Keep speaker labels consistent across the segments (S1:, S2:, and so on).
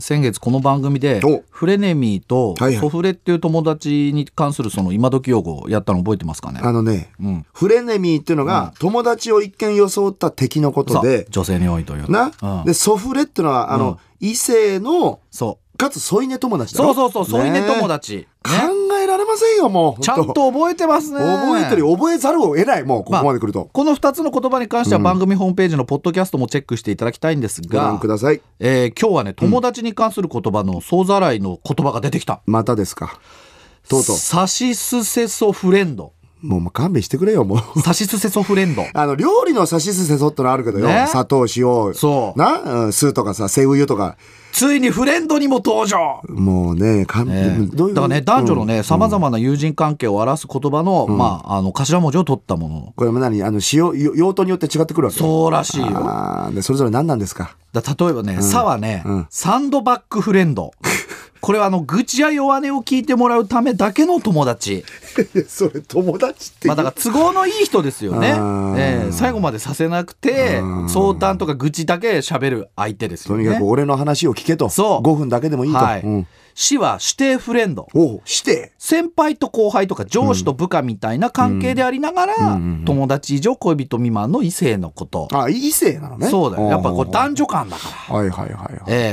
S1: 先月この番組でフレネミーとソフレっていう友達に関するその今時用語をやったの覚えてますかね。
S2: フレネミーっていうのが友達を一見装った敵のことで、
S1: 女性に多いという
S2: でソフレっていうのは異性のかつ添い寝友達だろ。
S1: そう添い寝友達、
S2: 考えられませんよ。もう
S1: ちゃんと覚えてますね。
S2: 覚えざるを得ない。もうここまで来ると、
S1: この2つの言葉に関しては番組ホームページのポッドキャストもチェックしていただきたいんですが、
S2: ご覧ください。
S1: 今日はね、友達に関する言葉の総ざらいの言葉が出てきた。
S2: またですか。とうとう
S1: サシスセソフレンド。
S2: もう勘弁してくれよ。もう
S1: サシスセソフレンド
S2: 料理のサシスセソってのあるけどよ、砂糖塩酢とかさ、セウユとか、
S1: ついにフレンドにも登場。
S2: もうね、だ
S1: からね、男女のね、様々な友人関係を表す言葉の、頭文字を取ったもの。
S2: これも用途によって違ってくるわけ。
S1: そうらしいよ。
S2: でそれぞれ何なんですか。
S1: 例えばね、さはね、サンドバッグフレンド。これは愚痴や弱音を聞いてもらうためだけの友達。
S2: それ友達って、
S1: だから都合のいい人ですよね。最後までさせなくて相談とか愚痴だけ喋る相手ですよね。
S2: とにかく俺の話を聞けと。5分だけでもいいと。
S1: 死は指定フレンド。
S2: 指定。
S1: 先輩と後輩とか上司と部下みたいな関係でありながら、友達以上恋人未満の異性のこと。
S2: 異性なのね。
S1: そうだよ。やっぱこれ男女間だから。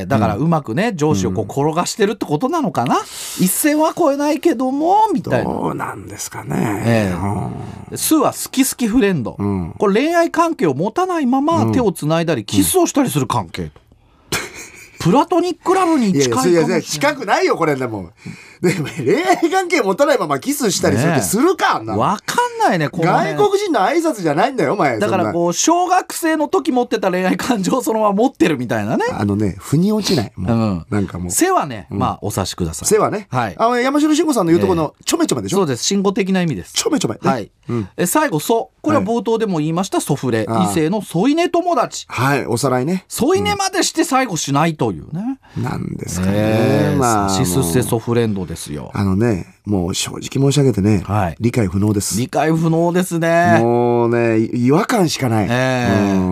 S1: だからうまくね、上司を転がしてるってことなのかな。一線は越えないけどもみたいな。
S2: どうなんですかね。
S1: スは好き好きフレンド。これ恋愛関係を持たないまま手をつないだりキスをしたりする関係。プラトニックラブに近いかもしれない。
S2: 近くないよこれ。でも恋愛関係持たないままキスしたりするってするか。
S1: わかんないね。
S2: 外国人の挨拶じゃないんだよお前。
S1: だから小学生の時持ってた恋愛感情をそのまま持ってるみたいなね。
S2: 腑に落ちない。なんかもう
S1: 背はね、お察しください。
S2: 背はね、山城慎吾さんの言うところのちょめちょめでしょ。
S1: そうです。慎吾的な意味です。
S2: ちょめちょめ。
S1: 最後ソ。これは冒頭でも言いましたソフレ、異性の添い寝友達。
S2: おさらいね。
S1: 添い寝までして最後しないというね。
S2: なんですかね。
S1: サシスセソフレンドですよ。
S2: もう正直申し上げてね、理解不能です。
S1: 理解不能ですね。
S2: もうね、違和感しかない。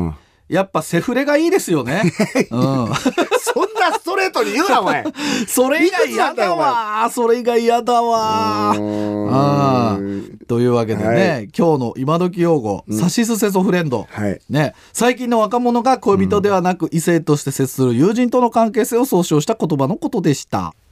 S1: やっぱセフレがいいですよね。
S2: そんなストレートに言うなお前。
S1: それ以外嫌だわ。それ以外嫌だわ。というわけでね、今日の今時用語、サシスセソフレンド、最近の若者が恋人ではなく異性として接する友人との関係性を総称した言葉のことでした。